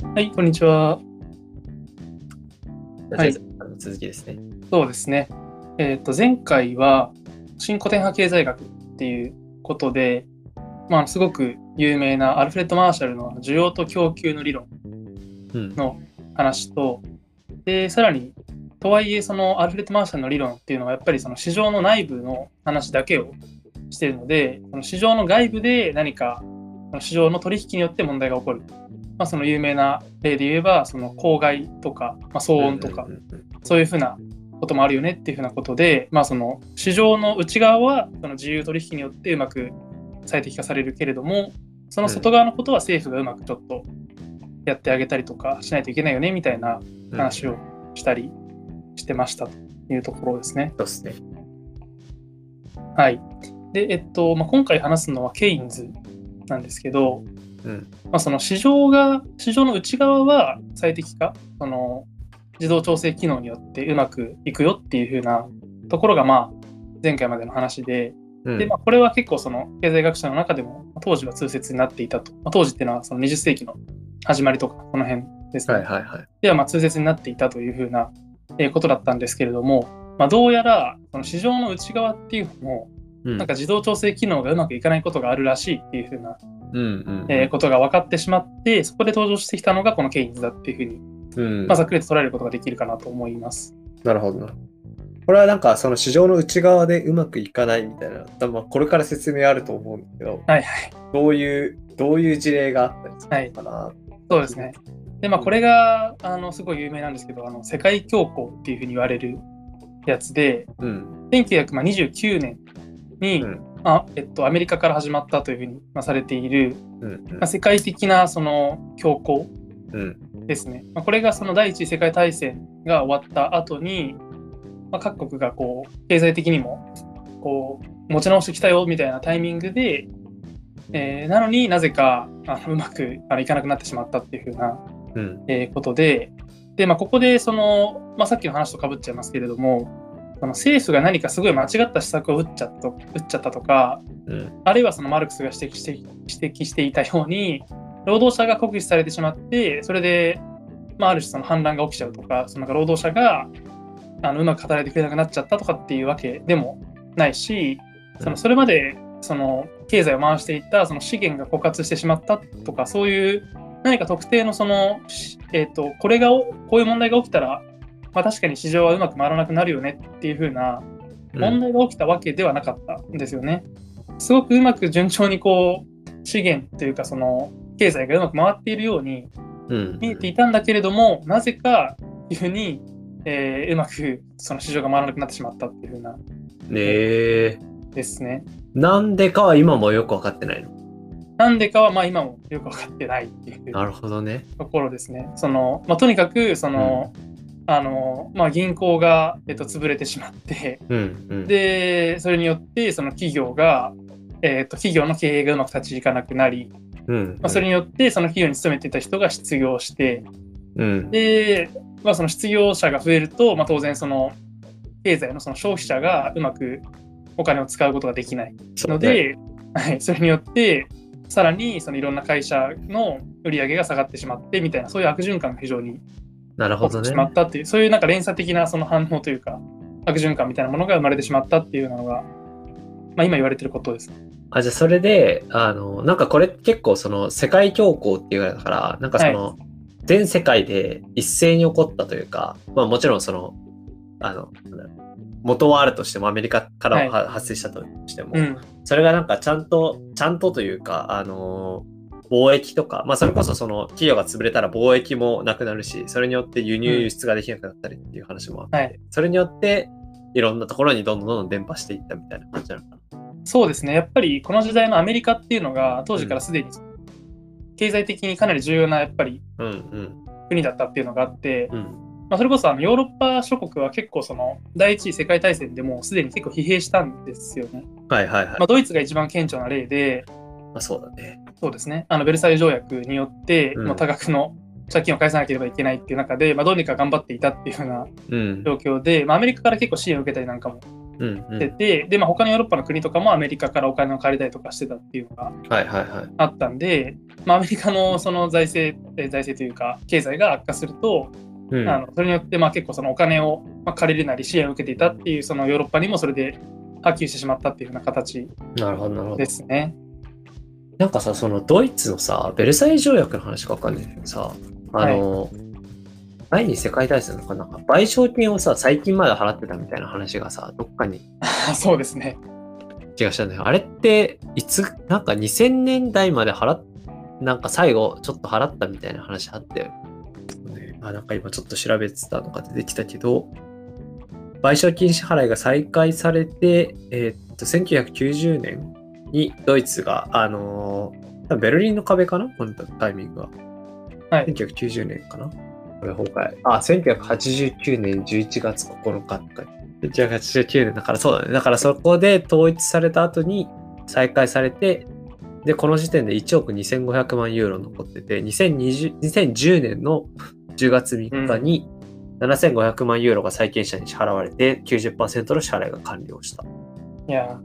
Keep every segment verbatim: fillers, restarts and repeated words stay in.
はい、こんにちは。 じゃあ、 はい、 あの続きですね。 そうですね。えっと、前回は、新古典派経済学っていうことで、まあ、すごく有名なアルフレッド・マーシャルの需要と供給の理論うん。 の話と、で、さらに、とはいえ、そのアルフレッド・マーシャルの理論っていうのは、やっぱりその市場の内部の話だけをしているので、その市場の外部で何か、その市場の取引によって問題が起こる。まあ、その有名な例で言えば、その公害とか、まあ、騒うんうん音とか、 うんうん。 そういうふうなこともあるよねっていうふうなことで、まあ、その市場の内側はその自由取引によってうまく最適化されるけれども、その外側のことは政府がうまくちょっとやってあげたりとかしないといけないよねみたいなうんうん。 話をしたりしてましたというところですね。 そうですね。 はい。で、えっと、まあ、今回話すのはケインズなんですけど、 うん。 まあ、その市場が、市場の内側は最適化、その自動調整機能によってうまくいくよっていう風なところが、まあ、前回までの話で、で、 うん。 まあ、これは結構その経済学者の中でも当時は通説になっていたと。まあ、当時っていうのはそのにじゅっ世紀の始まりとか、この辺ですね。 はいはいはい。 では、まあ、通説になっていたという風なことだったんですけれども、まあ、どうやらその市場の内側っていうのも、 うん。 なんか自動調整機能がうまくいかないことがあるらしいっていう風なうんうんえーことが分かってしまって、そこで登場してきたのがこのケインズだっていうふうに、 うん。うまあ、 ん。 ざっくりと捉えることができるかなと思います。 なるほどな。これはなんかその市場の内側でうまくいかないみたいな、多分まあこれから説明あると思うんだけど、 はいはい。 どういう、どういう事例があったりするはい。 のかな。 そうですね。で、まあ、これが、あの、すごい有名なんですけど、あの、世界恐慌っていうふうに言われるやつで、 うん。 せんきゅうひゃくにじゅうきゅうねんに、 うん。 あえっと、アメリカから始まったというふうに、まあ、されている、 うん。 まあ、世界的なその恐慌うん。 ですね。まあ、これがその第一次世界大戦が終わった後に、まあ、各国がこう経済的にもこう持ち直してきたよみたいなタイミングで、えー、なのになぜかあのうまくあのいかなくなってしまったっていうふうな、 うん。 えーことで、で、まあ、ここでその、まあ、さっきの話とかぶっちゃいますけれども、その政府が何かすごい間違った施策を打っちゃった打っちゃったとか、 うん。 あるいはそのマルクスが指摘して指摘していたように、労働者が酷使されてしまって、それで、まあ、ある種その反乱が起きちゃうとか、その労働者があのうまく働いてくれなくなっちゃったとかっていうわけでもないし、 うん。 そのそれまでその経済を回していたその資源が枯渇してしまったとか、そういう何か特定のその、えーと、これがこういう問題が起きたら、まあ、確かに市場はうまく回らなくなるよねっていう風なうん。 問題が起きたわけではなかったんですよね。すごくうまく順調にこう資源というかその経済がうまく回っているようにうん。 見えていたんだけれども、なぜかいうに、えーうまくその市場が回らなくなってしまったっていう風な、 ねええ。 ーですね。 なんでかは今もよくわかってないの。 なんでかはまあ今もよく分かってないっていうなるほどね。 ところですね。そのまあ、とにかくそうん。 のあの、まあ、銀行が、えっと、潰れてしまって、 うん。うん。 で、それによってその企業が、えっと、企業の経営がうまく立ち行かなくなり、 うん。 まあ、それによってその企業に勤めていた人が失業して、 うん。 で、まあ、その失業者が増えると、まあ、当然その経済のその消費者がうまくお金を使うことができないそうね。 ので、はい、それによってさらにそのいろんな会社の売り上げが下がってしまってみたいな、そういう悪循環が非常になるほ起きてしまっどね。 たっていう、そういうなんか連鎖的なその反応というか悪循環みたいなものが生まれてしまったっていうのが、まあ、今言われてることです。 あ、じゃあそれで、あの、なんかこれ結構その世界恐慌っていうぐらいだから、なんかはい。 その全世界で一斉に起こったというか、まあもちろんその、あの、なんだろう元はあるとしてもアメリカからはい。 は発生したとしても、 うん。 それがなんかちゃんと、ちゃんとというか、あの、貿易とか、まあそれこそその企業が潰れたら貿易もなくなるし、それによって輸入輸うん。 出ができなくなったりっていう話もあっはい。 て、それによっていろんなところにどんどんどんどん伝播していったみたいな感じなのかな。 そうですね。やっぱりこの時代のアメリカっていうのが当うん。 時からすでに経済的にかなり重要なやっぱりうんうん国だったっていうのがあって、 うん。 まあ、それこそあのヨーロッパ諸国は結構その第一次世界大戦でもうすでに結構疲弊したんですよね。 はいはいはい。 まあ、ドイツが一番顕著な例で、 まあそうだね。 そうですね、あのベルサイユ条約によってもう多うん。 額の借金を返さなければいけないっていう中で、まあ、どうにか頑張っていたっていうようなうん。 状況で、まあ、アメリカから結構支援を受けたりなんかもうんうん。 てて、で、まあ、他のヨーロッパの国とかもアメリカからお金を借りたりとかしてたっていうのがはいはいはい。 あったんで、まあ、アメリカのその財政、え財政というか、経済が悪化すると、 うん。 あのそれによってまあ結構そのお金をまあ借りるなり支援を受けていたっていうそのヨーロッパにもそれで波及してしまったっていうような形なるほどなるほどで。すね。 なんかさ、そのドイツのさ、ベルサイユ条約の話がわかんないんだけどさ、あの、第二次世界大戦のかな、賠償金をさ、最近まで払ってたみたいな話がさ、どっかにそうですね。 気がしたんだよ。あれって、いつ、なんかにせんねんだいまで払っ、なんか最後ちょっと払ったみたいな話あったよ。ね、あ、なんか今ちょっと調べてたのが出てきたけど、賠償金支払いが再開されて、えーっと、せんきゅうひゃくきゅうじゅうねんにドイツが、あのー、多分ベルリンの壁かなこのタイミングは。 はいせんきゅうひゃくきゅうじゅうねんかなこれ崩壊。あ、せんきゅうひゃくはちじゅうきゅうねんじゅういちがつここのかって書いてある。せんきゅうひゃくはちじゅうきゅうねんだからそうだね。だからそこで統一された後に再開されて、で、この時点でいちおくにせんごひゃくまんユーロ残ってて、にせんにじゅう、にせんじゅうねんのじゅうがつみっかにななせんごひゃくまんユーロが債権者に支払われて、きゅうじゅっパーセントの支払いが完了した。 いや、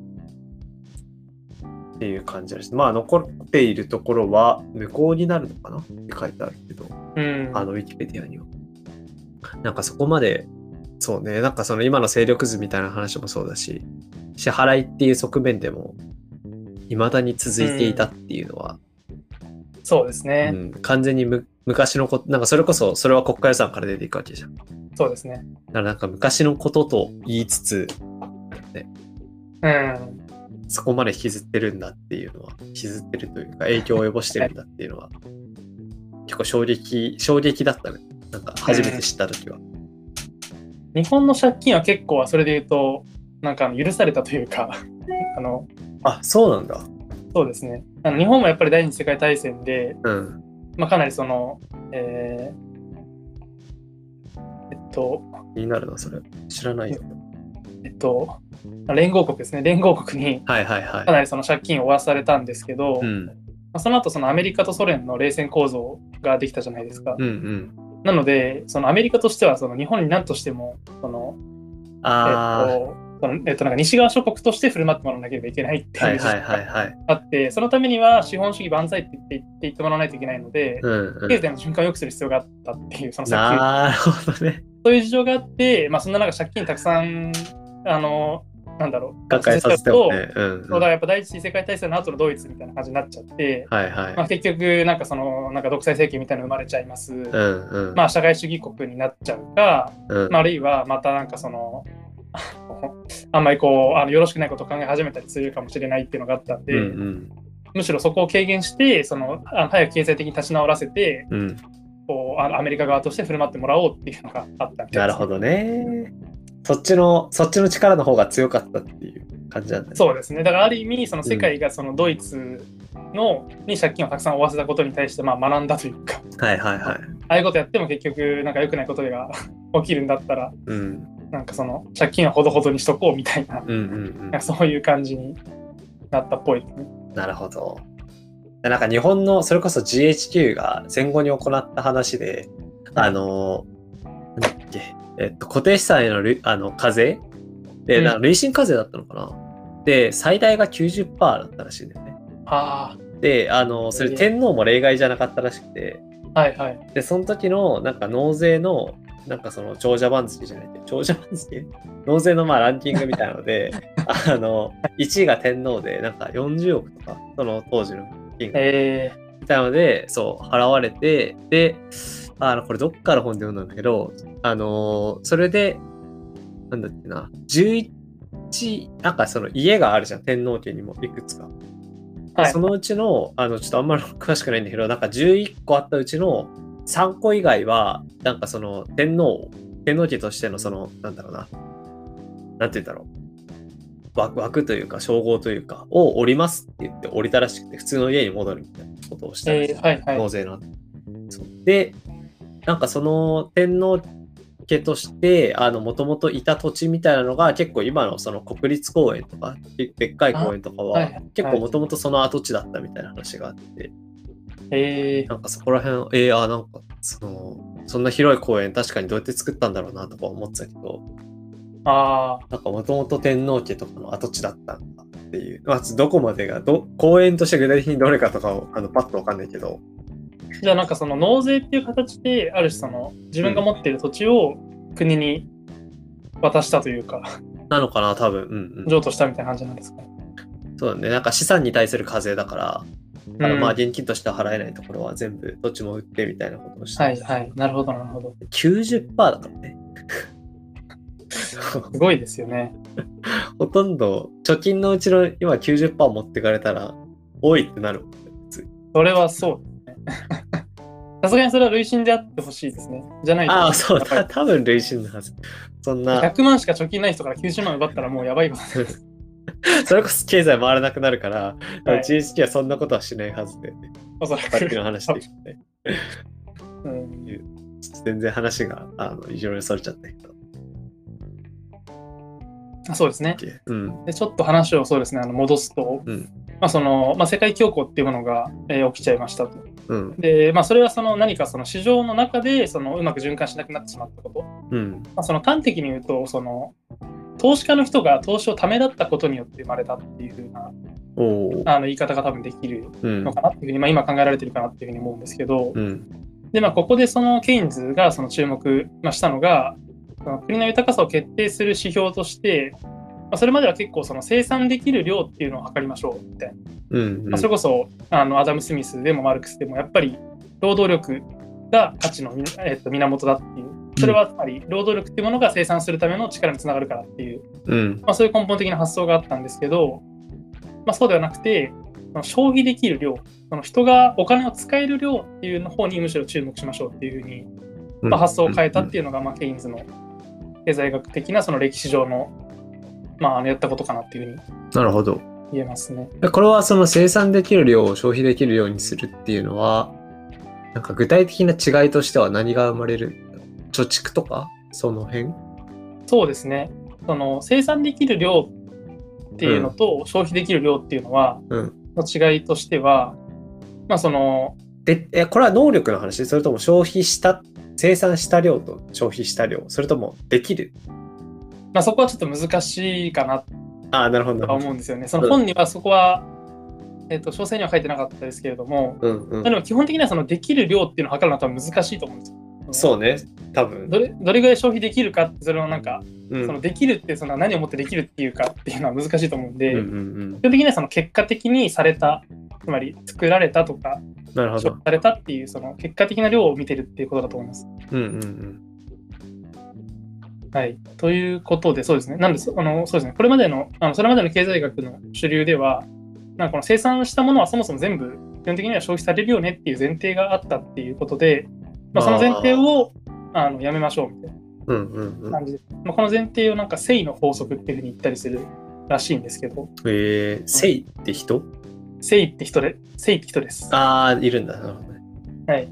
っていう感じです。まあ、残っているところは無効になるのかなって書いてあるけど、 うん、 あの、ウィキペディアには。なんかそこまで、そうね、なんかその今の勢力図みたいな話もそうだし、支払いっていう側面でも、未だに続いていたっていうのは、 そうですね。 うん、完全にむ昔のこと、なんかそれこそ、それは国家予算から出ていくわけじゃん。だそうですね。 からなんか昔のことと言いつつ、ね、 うん。 そこまで引きずってるんだっていうのは、引きずってるというか、影響を及ぼしてるんだっていうのは、結構衝撃、衝撃だったね。なんか初めて知ったときは。 日本の借金は結構それで言うと、なんかあの許されたというか、あの、 あ、そうなんだ。 そうですね。あの日本もやっぱり第二次世界大戦で、 うん。 まあ、かなりその、えーえっと、 気になるな、それ。知らないよ。 えっと、連合国ですね。連合国にはいはいはい。 かなりその借金を負わされたんですけど、 うん。 まあ、その後そのアメリカとソ連の冷戦構造ができたじゃないですか。 うんうん。 なので、そのアメリカとしてはその日本に何としても、その、 あえっと、そのえっと、なんか西側諸国として振る舞ってもらわなければいけないってあ、はいいうはい事情がはいはい。 あって、そのためには資本主義万歳って言って言って言ってもらわないといけないので、 うんうん。 経済の循環を良くする必要があったっていう、そのさっきなるほどね。 そういう事情があって、まあ、そんななんか借金たくさん、あの、なんだろう、 抱えさせてもね。うん、うん。 そうだからやっぱ第一次世界大戦の後のドイツみたいな感じになっちゃって、 はいはい。 まあ、結局なんかそのなんか独裁政権みたいなの生まれちゃいます。 うんうん。 まあ社会主義国になっちゃうか、 うんまあ、あるいはまたなんかそのあんまりこうあのよろしくないことを考え始めたりするかもしれないっていうのがあったんで、 うんうんむしろそこを軽減してそのあの早く経済的に立ち直らせて、 うん、 こうあのアメリカ側として振る舞ってもらおうっていうのがあったみたいです。 なるほどね。そっちの、そっちの力の方が強かったっていう感じなんだね。 そうですね。だからある意味その世界がそのドイツの、に借金をたくさん負わせたことに対してまあ学んだというか、 はいはいはい。 ああいうことやっても結局なんか良くないことが起きるんだったら、 うん。 なんかその借金はほどほどにしとこうみたいな、 うんうんうんなんかそういう感じになったっぽいですね。 なるほど。なんか日本のそれこそ ジーエイチキュー が戦後に行った話で、あの、なんだっけ、えっと、固定資産へのるあの課税で、なんか累進課税だったのかな、うん、で、最大が きゅうじゅっパーセント だったらしいんだよね。 あで、あの、それ天皇も例外じゃなかったらしくて、 はいはい。 で、その時のなんか納税の、なんかその長者番付じゃないけど、長者番付納税のまあランキングみたいなので、あの、いちいが天皇で、なんかよんじゅうおくとか、その当時の金額みたいなので、そう、払われて、で、あの、これどっかの本で読んだんだけど、あのー、それで、なんだっけな、じゅういち、なんかその家があるじゃん、天皇家にもいくつか。はい、そのうちの、あの、ちょっとあんまり詳しくないんだけど、なんかじゅういっこあったうちのさんこ以外は、なんかその天皇、天皇家としてのその、なんだろうな、なんて言うんだろう、枠、枠というか、称号というか、を降りますって言って降りたらしくて、普通の家に戻るみたいなことをしたらしい、 えーはいはい、 納税の後。で、なんかその天皇家として、あの、もともといた土地みたいなのが、結構今のその国立公園とか、でっかい公園とかは、はいはい、結構もともとその跡地だったみたいな話があって、 えー、 なんかそこら辺、えー、あ、なんか、その、そんな広い公園確かにどうやって作ったんだろうなとか思ってたけど、 ああ、 なんかもともと天皇家とかの跡地だったんだっていう、まあ、どこまでがど、公園として具体的にどれかとかをあのパッとわかんないけど、 じゃあなんかその納税っていう形で、ある種その自分が持っている土地を国に渡したというか、 なのかな、多分。うんうん。 譲渡したみたいな感じなんですかね。 そうだね。なんか資産に対する課税だから、あのまあうん現金としては払えないところは全部どっちも売ってみたいなことをして、 はいはい。なるほどなるほど。 きゅうじゅっパーセントだからね。 すごいですよね。 ほとんど貯金のうちの今 きゅうじゅっパーセント 持ってかれたら、多いってなるもんね。 それはそうですね。さすがにそれは累進であってほしいですね。じゃないと。 ああ、そう、 やっぱりた多分累進のはず。そんな。 ひゃくまんしか貯金ない人からきゅうじゅうまん奪ったらもうやばいことです。 それこそ経済回らなくなるから、 はいジーエスティー はそんなことはしないはずで、ね、 おそらさっきく。 の話でいくとね。 うんちょっと全然話があの異常にそれちゃったけど。 そうですね。 うん。 でちょっと話をそうですね、あの戻すと、 うん。 まあそのまあ、世界恐慌っていうものが、えー起きちゃいましたと。 うん。 で、まあ、それはその何かその市場の中でそのうまく循環しなくなってしまったこと。 うん。 まあ、その端的に言うと、その投資家の人が投資をためらったことによって生まれたっていう風なおー。 あの言い方が多分できるうんの。かなっていうふうに、まあ、今考えられてるかなっていうふうに思うんですけど、 うん。 で、まあ、ここでそのケインズがその注目まあしたのが、その国の豊かさを決定する指標として、まあ、それまでは結構その生産できる量っていうのを測りましょうみたいな。 うん。 まあ、それこそあのアダム・スミスでもマルクスでもやっぱり労働力が価値の、えっと、源だっていう。それはつまり労働力っていうものが生産するための力につながるからっていう、 うん。 まあ、そういう根本的な発想があったんですけど、まあ、そうではなくて、その消費できる量、その人がお金を使える量っていうの方にむしろ注目しましょうっていうふうに、まあ、発想を変えたっていうのが、まあ、ケインズの経済学的なその歴史上の、まあ、あのやったことかなっていうふうになるほど。 言えますね。 これはその生産できる量を消費できるようにするっていうのは、なんか具体的な違いとしては何が生まれる？貯蓄とかその辺？ そうですね。その生産できる量っていうのと消費できる量っていうのは、 うん。 の違いとしては、まあそので、え、これは能力の話？それとも消費した、生産した量と消費した量？それともできる？ まあ、そこはちょっと難しいかなああ、なるほど。 とは思うんですよね。その本にはそこは、えーと詳細には書いてなかったですけれども、 うんうん。 でも基本的にはそのできる量っていうのを測るのは多分難しいと思うんですよ。 そうね、多分。 どれどれぐらい消費できるかって、それをなんか、 うんそのできるってその何をもってできるっていうかっていうのは難しいと思うんで、 うんうんうん基本的にはその結果的にされた、つまり作られたとか、 なるほど消費。されたっていうその結果的な量を見てるっていうことだと思います。 うんうんうん。 はい。ということで、そうですね。なんで、そあのそうですね。これまでの、あのそれまでの経済学の主流では、なんかこの生産したものはそもそも全部、基本的には消費されるよねっていう前提があったっていうことで、まあ、その前提をあのやめましょうみたいうんうんう。 なん感じで、まあ、この前提をなんかセイの法則っていうふうに言ったりするらしいんですけど、 えー、セイって人？ セイって人で、セイって人です。 ああ、いるんだ。なるほどね。 はい。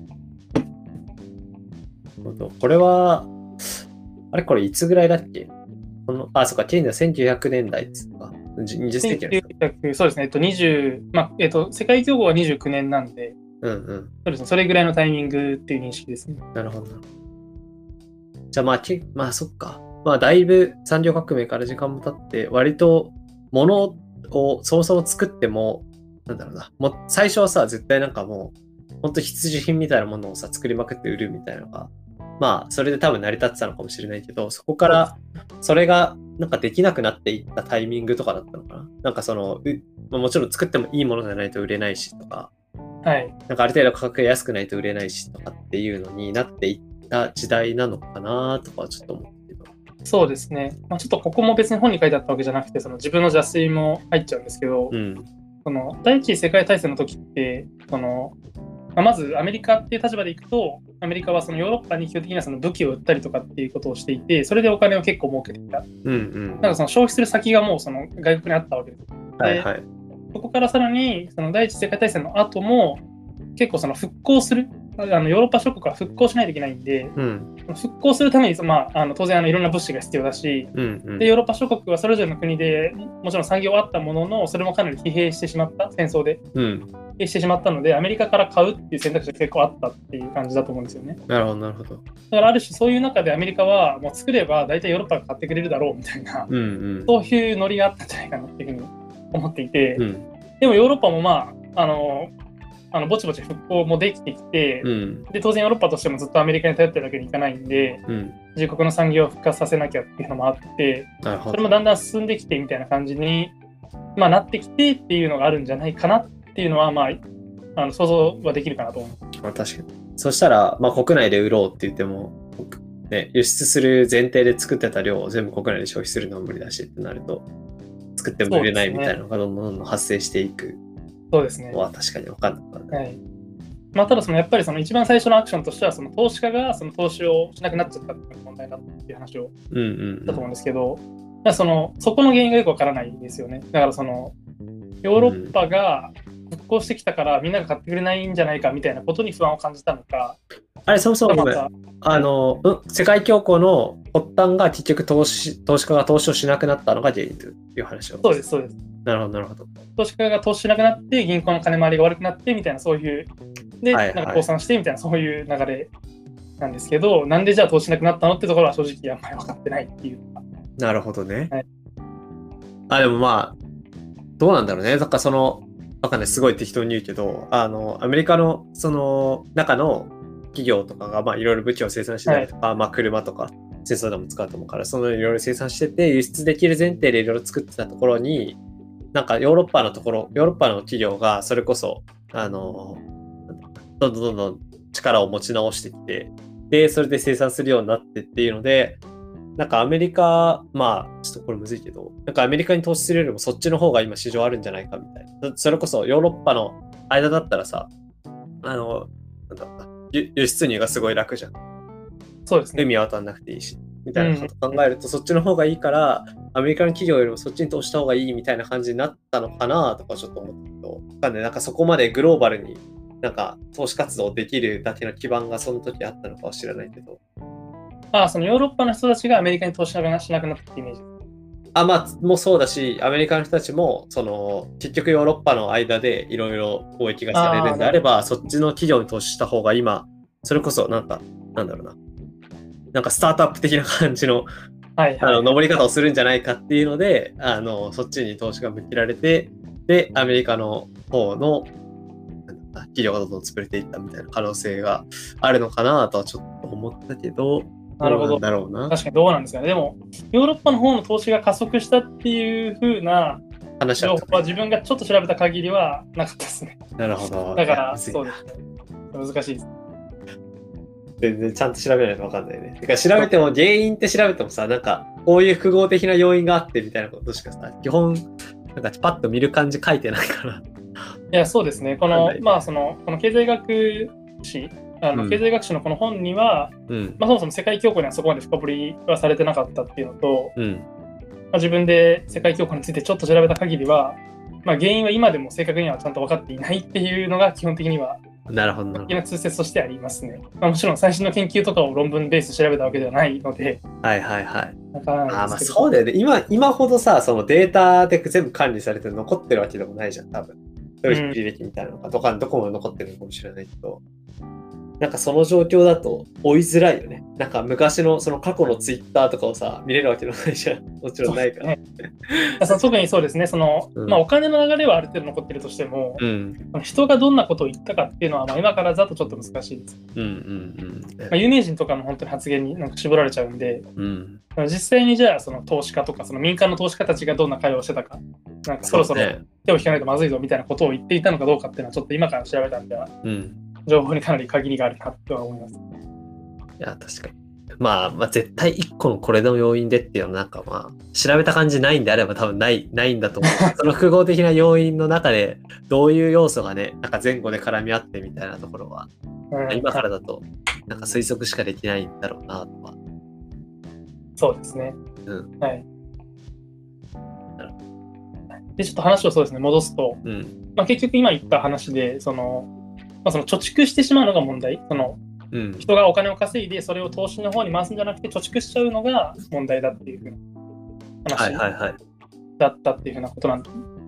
なるほど。これは、あれこれいつぐらいだっけ？このあ、そっか、ケインズはせんきゅうひゃくねんだいですか。じにじゅっ世紀なんですか。 せんきゅうひゃくそうですね。えっと、にじゅう、まあ、えっと、世界恐慌はにじゅうきゅうねんなんで、 うんうん。 そうですね。それぐらいのタイミングっていう認識ですね。 なるほど。じゃあまあ、けまあそっか。まあだいぶ産業革命から時間も経って、割と物をそもそも作っても、なんだろうな。もう最初はさ、絶対なんかもう、ほんと必需品みたいなものをさ、作りまくって売るみたいなのが、まあそれで多分成り立ってたのかもしれないけど、そこからそれがなんかできなくなっていったタイミングとかだったのかな。なんかその、うまあ、もちろん作ってもいいものじゃないと売れないしとか、 はい。 なんかある程度価格が安くないと売れないしとかっていうのになっていった時代なのかなとかはちょっと思ってる。 そうですね。まあ、ちょっとここも別に本に書いてあったわけじゃなくて、その自分の邪推も入っちゃうんですけど、 うん。 その第一次世界大戦の時って、そのまあ、まずアメリカっていう立場でいくと、アメリカはそのヨーロッパに基本的にはその武器を売ったりとかっていうことをしていて、それでお金を結構儲けていた。 うんうん。 なんかその消費する先がもうその外国にあったわけです。 はいはい。 そこからさらにその第一次世界大戦の後も結構その復興する、あのヨーロッパ諸国は復興しないといけないんで、 うん。 復興するために、まあ、あの当然あのいろんな物資が必要だし、 うんうん。 でヨーロッパ諸国はそれぞれの国でもちろん産業はあったものの、それもかなり疲弊してしまった戦争で。 うん。 定してしまったので、アメリカから買うっていう選択肢が結構あったっていう感じだと思うんですよね。 なるほど、なるほど。 だからある種そういう中でアメリカはもう作れば大体ヨーロッパが買ってくれるだろうみたいな、 うんうん、 そういうノリがあったんじゃないかなっていうふうに思っていて、 うん、 でもヨーロッパもまあ、あの、あのぼちぼち復興もできてきて、 うん、 で当然ヨーロッパとしてもずっとアメリカに頼ってるわけにいかないんで、 うん、 自国の産業を復活させなきゃっていうのもあって、 なるほど。 それもだんだん進んできてみたいな感じに、まあ、なってきてっていうのがあるんじゃないかなっていうのは、まあ、あの想像はできるかなと思う。 まあ、確かに。そしたら、まあ、国内で売ろうって言っても、ね、輸出する前提で作ってた量を全部国内で消費するのは無理だしってなると、作っても売れないみたいなのがどんどんどんどん発生していくそうですね。 のは確かに分かんなかった、ね。 はい。まあ、ただそのやっぱりその一番最初のアクションとしては、その投資家がその投資をしなくなっちゃったっていう問題だっていう話をしたと思うんですけど、うんうんうん、そのそこの原因がよくわからないですよね。だからそのヨーロッパが復興してきたからみんなが買ってくれないんじゃないかみたいなことに不安を感じたのか。 あれ、そもそもごめん。あの、うん、世界恐慌の発端が結局投資、投資家が投資をしなくなったのが原因という話を。 そうです、そうです。 なるほど、なるほど。 投資家が投資しなくなって、銀行の金回りが悪くなってみたいな、そういう、で、はいはい、なんか倒産してみたいな、そういう流れなんですけど、なんでじゃあ投資しなくなったのってところは正直あんまり分かってないっていうか。 なるほどね。 はい、 あ、でもまあ、どうなんだろうね。だからその、わかんない、すごい適当に言うけど、あの、アメリカのその中の企業とかが、まあ、いろいろ武器を生産してたりとか、はい、まあ、車とか、戦争でも使うと思うから、そのいろいろ生産してて、輸出できる前提でいろいろ作ってたところに、なんかヨーロッパのところ、ヨーロッパの企業がそれこそ、あの、どんどんどんどん力を持ち直してきて、で、それで生産するようになってっていうので、なんかアメリカ、まあ、ちょっとこれむずいけど、なんかアメリカに投資するよりもそっちの方が今市場あるんじゃないかみたいな。それこそヨーロッパの間だったらさ、あの、なんだろうな、輸出入がすごい楽じゃん。 そうですね。 海渡んなくていいし、みたいなこと考えると、うん、そっちの方がいいから、アメリカの企業よりもそっちに投資した方がいいみたいな感じになったのかなとかちょっと思ったけど、なんでなんかそこまでグローバルになんか投資活動できるだけの基盤がその時あったのかは知らないけど。 ああ、そのヨーロッパの人たちがアメリカに投資しなくなったってイメージ。 あ、まあ、もうそうだし、アメリカの人たちも、その、結局ヨーロッパの間でいろいろ貿易がされるんであれば、そっちの企業に投資した方が今、それこそなんか、なんだろうな。なんかスタートアップ的な感じの、はいはいはい、あの登り方をするんじゃないかっていうので、あのそっちに投資が向けられて、で、アメリカの方の企業がどんどん潰れていったみたいな可能性があるのかなとはちょっと思ったけど、 なるほど。 だろうな。 確かにどうなんですかね。でも、ヨーロッパの方の投資が加速したっていう風な情報は自分がちょっと調べた限りはなかったですね。 なるほど。 だから、そうですね。難しいです。 全然ちゃんと調べないと分かんないね。てか調べても原因って調べてもさ、なんかこういう複合的な要因があってみたいなことしかさ、基本なんかパッと見る感じ書いてないから。いや、そうですね。この、まあその、この経済学史、あの経済学史のこの本には、うん、まあそもそも世界恐慌にはそこまで深掘りはされてなかったっていうのと、うん、まあ、自分で世界恐慌についてちょっと調べた限りは、まあ原因は今でも正確にはちゃんと分かっていないっていうのが基本的には、 なるほどな。 大きな通説としてありますね。まあ、もちろん最新の研究とかを論文ベース調べたわけではないので。 はいはいはい。 だからあ、まあそうだよね。今、今ほどさ、そのデータで全部管理されて残ってるわけでもないじゃん、多分。取引履歴みたいなのが、うん、どこどこも残ってるのかもしれないけど。なんかその状況だと追いづらいよね。なんか昔のその過去のツイッターとかをさ、見れるわけでもないじゃん。もちろんないから。ね、 特にそうですね。その、うん、まあお金の流れはある程度残ってるとしても、うん、人がどんなことを言ったかっていうのは、まあ今からだとちょっと難しいです。うんうんうんまあ、有名人とかの本当に発言になんか絞られちゃうんで、うん、実際にじゃあその投資家とかその民間の投資家たちがどんな会話をしてたか、なんかそろそろ手を引かないとまずいぞみたいなことを言っていたのかどうかっていうのはちょっと今から調べたんでは。うん情報にかなり限りがあるなとは思います。いや、確かに。まあ、まあ、絶対一個のこれの要因でっていうのはなんかまあ、調べた感じないんであれば多分ない、ないんだと思う。その複合的な要因の中で、どういう要素がね、なんか前後で絡み合ってみたいなところは、うん、今からだと、なんか推測しかできないんだろうなとは。 そうですね。うん。はい。で、ちょっと話をそうですね、戻すと、うんまあ、結局今言った話で、その、まあ、その貯蓄してしまうのが問題。そのうん、人がお金を稼いでそれを投資の方に回すんじゃなくて貯蓄しちゃうのが問題だっていうふうな話だったっていうふうなことなん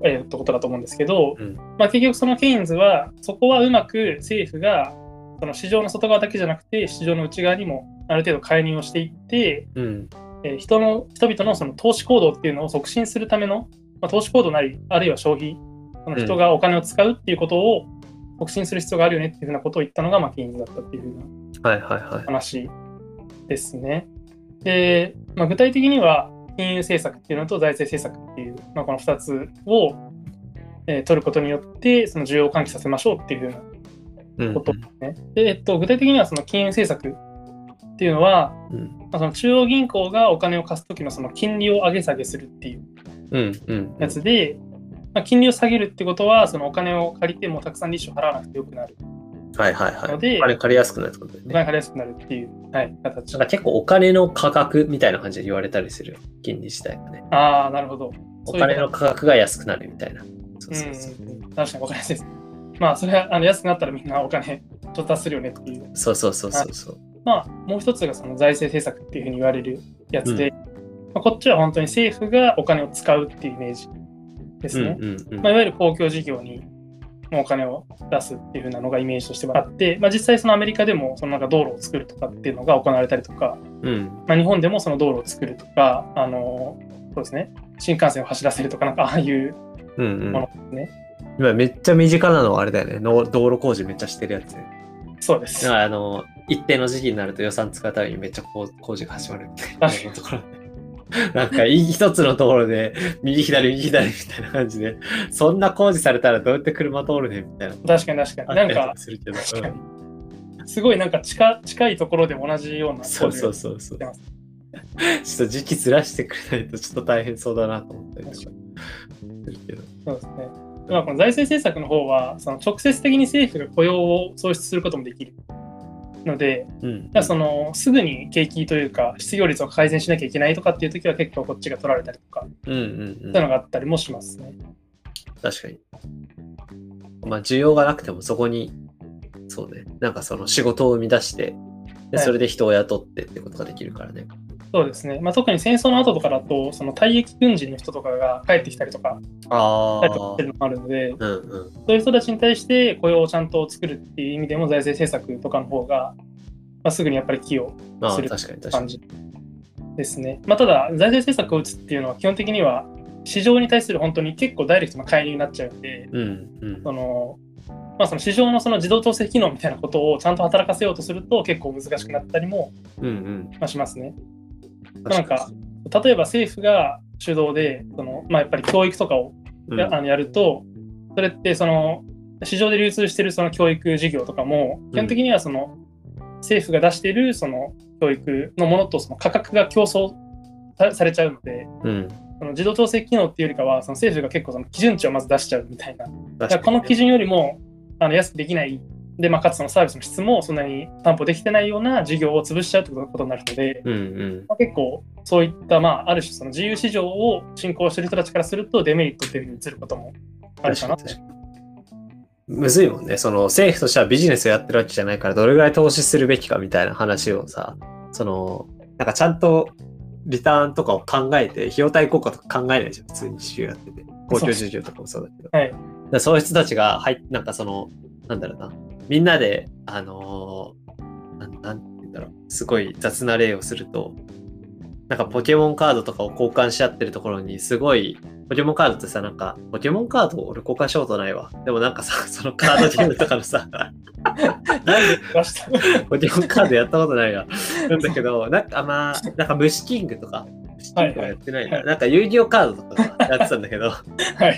えー、ってことだと思うんですけど、 うん、 まあ、結局そのケインズはそこはうまく政府がその市場の外側だけじゃなくて市場の内側にもある程度介入をしていって、 うんえー、人の人々のその投資行動っていうのを促進するための、まあ、投資行動なりあるいは消費、その人がお金を使うっていうことを促進する必要があるよねっていうふうなことを言ったのが、まあ、ケインズだったっていうふうな話ですね。で、まあ、具体的には金融政策っていうのと財政政策っていう、まあ、このふたつを、えー、取ることによってその需要を喚起させましょうっていうふうなことですね。うんうん、で、えっと、具体的にはその金融政策っていうのは、うんまあ、その中央銀行がお金を貸すときのその金利を上げ下げするっていうやつで、うんうんうんまあ、金利を下げるってことはそのお金を借りてもたくさん利子を払わなくてよくなる。 はいはいはい。のでお金借りやすくなるってことですね。 お金借りやすくなるっていう、はい、形。 なんか結構お金の価格みたいな感じで言われたりするよ。金利自体がね。 ああ、なるほど。 お金の価格が安くなるみたいな。そうそうそう。 うん、確かにわかりやすいです。まあそれはあの安くなったらみんなお金調達するよねっていう。 そうそうそうそうそう。 まあもう一つがその財政政策っていうふうに言われるやつで、うんまあ、こっちは本当に政府がお金を使うっていうイメージですね。うんうんうんまあ、いわゆる公共事業にお金を出すっていう風なのがイメージとしてはあって、まあ、実際そのアメリカでもそのなんか道路を作るとかっていうのが行われたりとか、うんまあ、日本でもその道路を作るとか、あのそうですね、新幹線を走らせるとかなんかああいうものですね。 うんうん、今めっちゃ身近なのはあれだよね。道路工事めっちゃしてるやつ。 そうです。 だからあの一定の時期になると予算使うためにめっちゃ工事が始まるみたいなところで。なんか一つのところで右左右左みたいな感じでそんな工事されたらどうやって車通るねみたいな。 確かに確かに。なんかするけど、うん、すごいなんか近近いところでも同じような工事がそうそうそうそう。ちょっと時期ずらしてくれないとちょっと大変そうだなと思ったりとかするけど。 そうですね。まあ、この財政政策の方はその直接的に政府が雇用を創出することもできるので、うん、だそのすぐに景気というか失業率を改善しなきゃいけないとかっていう時は結構こっちが取られたりとか、うんうんうん、そういうのがあったりもしますね。 確かに。まあ需要がなくてもそこにそうね、なんかその仕事を生み出してでそれで人を雇ってってことができるからね。はい、 そうですね。まあ、特に戦争の後とかだとその退役軍人の人とかが帰ってきたりとかあ帰ってきてるのもあるので、 うんうん、 そういう人たちに対して雇用をちゃんと作るっていう意味でも財政政策とかの方が、まあ、すぐにやっぱり寄与する感じですね。まあ、ただ財政政策を打つっていうのは基本的には市場に対する本当に結構ダイレクトな介入になっちゃうんで、 うんうん、 そのまあ、その市場のその自動調整機能みたいなことをちゃんと働かせようとすると結構難しくなったりもしますね。うんうん、なんか例えば政府が主導でその、まあ、やっぱり教育とかを や,、うん、あのやるとそれってその市場で流通しているその教育事業とかも基本的にはその政府が出しているその教育のものとその価格が競争されちゃうので、うん、その自動調整機能っていうよりかはその政府が結構その基準値をまず出しちゃうみたいな。だからこの基準よりもあの安くできないで、まあ、かつそのサービスの質もそんなに担保できてないような事業を潰しちゃうということになるので、 うんうんまあ、結構そういった、まあ、ある種その自由市場を進行している人たちからするとデメリットというふうに映ることもあるかなと。 むずいもんね。その政府としてはビジネスをやってるわけじゃないからどれぐらい投資するべきかみたいな話をさ、そのなんかちゃんとリターンとかを考えて費用対効果とか考えないじゃん。普通に事業やってて公共事業とかもそうだけど、 はい、 だそういう人たちが入っなんかそのなんだろうな、みんなであのー、な, なんて言うんだろう、すごい雑な例をすると、なんかポケモンカードとかを交換し合ってるところにすごいポケモンカードってさ、なんかポケモンカード俺交換したことないわ。でもなんかさ、そのカードゲームとかのさなんで来ましたポケモンカードやったことないわ。なんだけど、なんかまあなんか虫キングとか。はいはい、やってないな、はい、なんか遊戯王カードとかやってたんだけど、はい、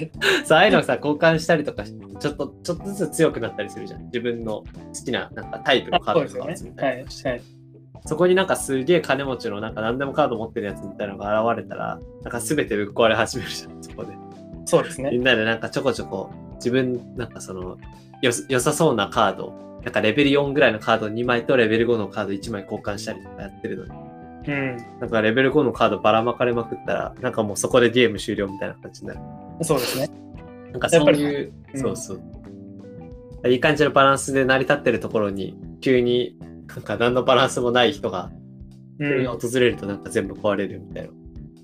そうああいうのさ交換したりとかちょっとちょっとずつ強くなったりするじゃん。自分の好きななんかタイプのカードとか集めたりとかして、ねはいはい、そこになんかすげえ金持ちのなんか何でもカード持ってるやつみたいなのが現れたらなんか全てぶっ壊れ始めるじゃん。そこでそうですね。 みんなでなんかちょこちょこ自分なんかそのよ良さそうなカードなんかレベルよんぐらいのカードにまいとレベルごのカードいちまい交換したりとかやってるのに。 うん、 なんかレベルごのカードばらまかれまくったらなんかもうそこでゲーム終了みたいな感じになる。 そうですね。 なんかそういう、うん、そうそういい感じのバランスで成り立ってるところに急になんか何のバランスもない人が急に訪れるとなんか全部壊れるみたいな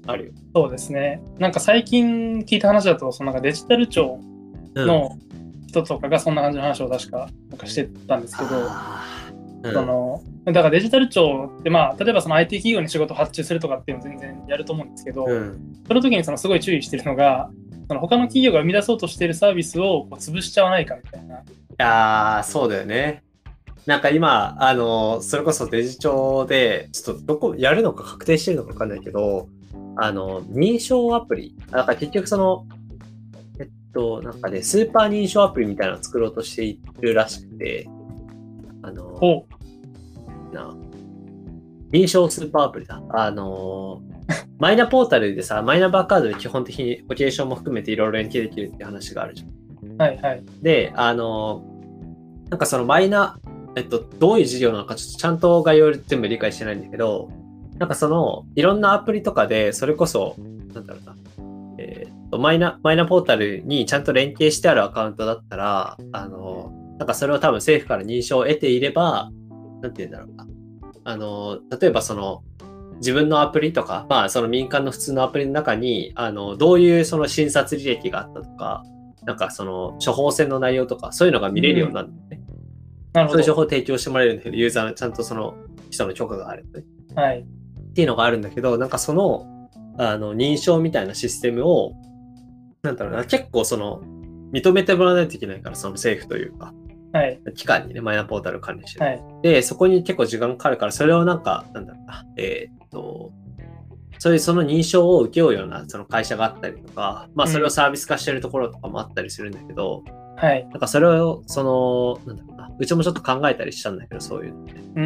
あるよ。 そうですね。なんか最近聞いた話だと、そのなんかデジタル庁の人とかがそんな感じの話を確かなんかしてたんですけど、 うん、 そのだからデジタル庁って、まあ、例えばその アイティー 企業に仕事を発注するとかっていうの全然やると思うんですけど、 うん、 その時にそのすごい注意してるのが、その他の企業が生み出そうとしているサービスをこう潰しちゃわないかみたいな。 いやー、そうだよね。なんか今、あの、それこそデジ庁で、ちょっとどこ、やるのか確定してるのかわかんないけど、あの、認証アプリ。だから結局その、えっと、なんかね、スーパー認証アプリみたいなのを作ろうとしているらしくて、あの、 おな、認証スーパーアプリだ。あの、マイナポータルでさ、マイナンバーカードで基本的にロケーションも含めていろいろ連携できるっていう話があるじゃん。 はいはい。 で、あの、なんかそのマイナ、えっと、どういう事業なのかちょっとちゃんと概要全部理解してないんだけど、なんかその、いろんなアプリとかで、それこそ、なんだろうな、えーっと、マイナ、マイナポータルにちゃんと連携してあるアカウントだったら、あの、なんかそれを多分政府から認証を得ていれば、なんて言うんだろうな。あの、例えばその、自分のアプリとか、まあその民間の普通のアプリの中に、あの、どういうその診察履歴があったとか、なんかその処方箋の内容とか、そういうのが見れるようになるんだよね。 なるほど。 そういう情報を提供してもらえるんだけど、ユーザーのちゃんとその人の許可があるのね。 はい。 っていうのがあるんだけど、なんかその、あの、認証みたいなシステムを、なんだろうな、結構その、認めてもらわないといけないから、その政府というか、 はい。 機関にね、マイナポータルを管理してる。 はい。 で、そこに結構時間かかるから、それをなんか、なんだろうな、えーっと、そういうその認証を受けようようなその会社があったりとか、まあそれをサービス化してるところとかもあったりするんだけど、 はい。 なんかそれを、その、なんだろうな、うちもちょっと考えたりしたんだけど、そういうのね。 うん。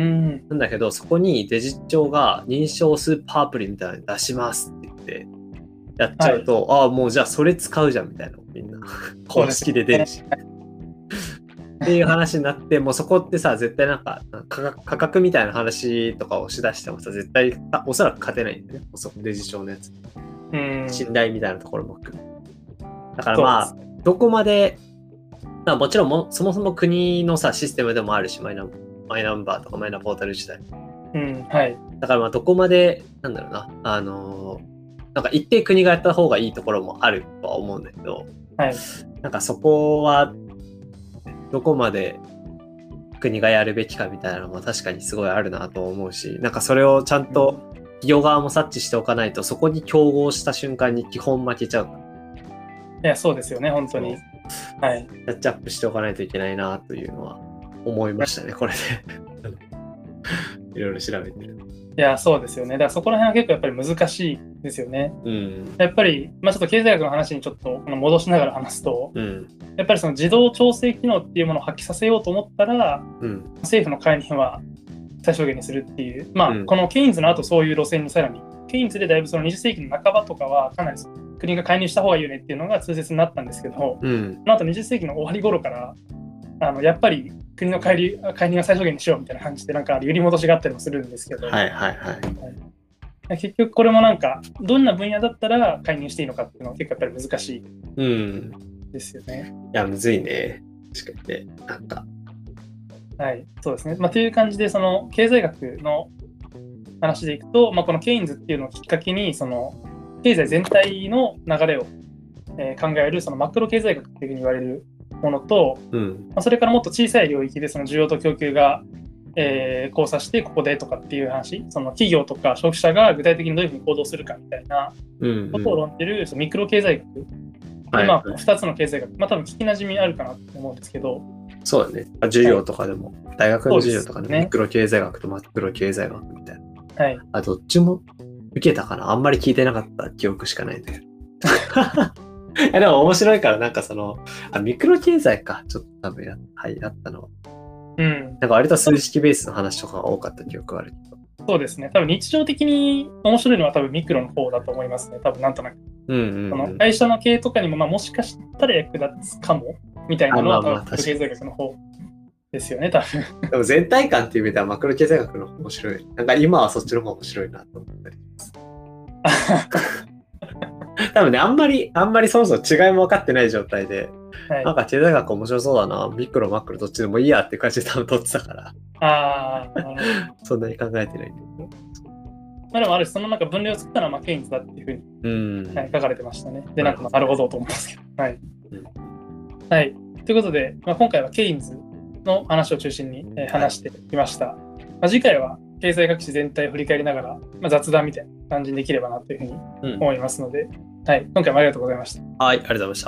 なんだけど、そこにデジ庁が認証スーパーアプリみたいなの出しますって言って、やっちゃうと、はい、ああ、もうじゃあそれ使うじゃんみたいな、みんな。公式で出るし。っていう話になって、もうそこってさ、絶対なんか価格、価格みたいな話とかをしだしてもさ、絶対おそらく勝てないんだよね、デジ庁のやつ。 うん。 信頼みたいなところも含む。だからまあ、どこまで、まあ、もちろんもそもそも国のさ、システムでもあるし、マイナンマイナンバーとかマイナポータル自体。 うん、はい。 だからまあ、どこまで、なんだろうな、あのー、なんか一定国がやった方がいいところもあるとは思うんだけど、 はい。 なんかそこは、どこまで国がやるべきかみたいなのも確かにすごいあるなと思うし、なんかそれをちゃんと企業側も察知しておかないと、そこに競合した瞬間に基本負けちゃうから。 いや、そうですよね、本当に。はい。 キャッチアップしておかないといけないなというのは思いましたね、これで。いろいろ調べてる。 いや、そうですよね。だからそこら辺は結構やっぱり難しいですよね。 うん、 やっぱり、まあ、ちょっと経済学の話にちょっと戻しながら話すと、 うん、 やっぱりその自動調整機能っていうものを発揮させようと思ったら、 うん、 政府の介入は最小限にするっていう、まあ、 うん、 このケインズの後そういう路線にさらに、ケインズでだいぶそのにじゅっ世紀の半ばとかはかなり国が介入した方がいいよねっていうのが通説になったんですけど、 うん、 その後にじゅっ世紀の終わり頃からあのやっぱり国の介入介入は最小限にしようみたいな感じでなんか揺り戻しがあったりもするんですけど、 はいはいはい。 結局これもなんかどんな分野だったら介入していいのかっていうのは結構やっぱり難しうん。 いですよね。 いや、むずいね。確かにね。なんか。 はい、そうですね。まあ、という感じで、その経済学の話でいくと、まあ、このケインズっていうのをきっかけに、その経済全体の流れを、えー、考えるそのマクロ経済学っていうふうに言われるものと、 うんまあ、それからもっと小さい領域でその需要と供給が、えー、交差してここでとかっていう話、その企業とか消費者が具体的にどういうふうに行動するかみたいなことを論じる、うんうん、そのミクロ経済学、はいはい、今ふたつの経済学、まあ多分聞きなじみあるかなと思うんですけど、 そうだね。授業とかでも、はい、大学の授業とかでも、ね、ミクロ経済学とマクロ経済学みたいな。 はい。 あ、どっちも受けたかな、あんまり聞いてなかった記憶しかないんだけど。でも面白いから、なんかその、あ、ミクロ経済か、ちょっと多分や、はい、あったのは。 うん。 なんか割と数式ベースの話とかが多かった記憶があるけど。 そうですね。多分日常的に面白いのは多分ミクロの方だと思いますね。多分なんとなく。 うんうんうん、 その会社の経営とかにも、まあ、もしかしたら役立つかもみたいなのは多分マクロ経済学の方ですよね、多分。 でも全体感っていう意味ではマクロ経済学の方が面白い。なんか今はそっちの方が面白いなと思ったりします。多分ね、あんまり、あんまりそもそも違いも分かってない状態で、はい、なんか経済学面白そうだな、ミクロマクロどっちでもいいやって感じで多分取ってたから。 あそんなに考えてないんだけど。 まあ、でもある種そのなんか分類を作ったのはまあケインズだっていうふうに、 うん。 はい、書かれてましたね。で、なんかまあなるほどと思ったんですけど。はい。 うんはい。ということで、まあ、今回はケインズの話を中心に、えー話してきました。まあ、次回は経済学史全体を振り返りながら、まあ、雑談みたいな感じにできればなというふうにうん。 思いますので、はい。今回もありがとうございました。 はい、ありがとうございました。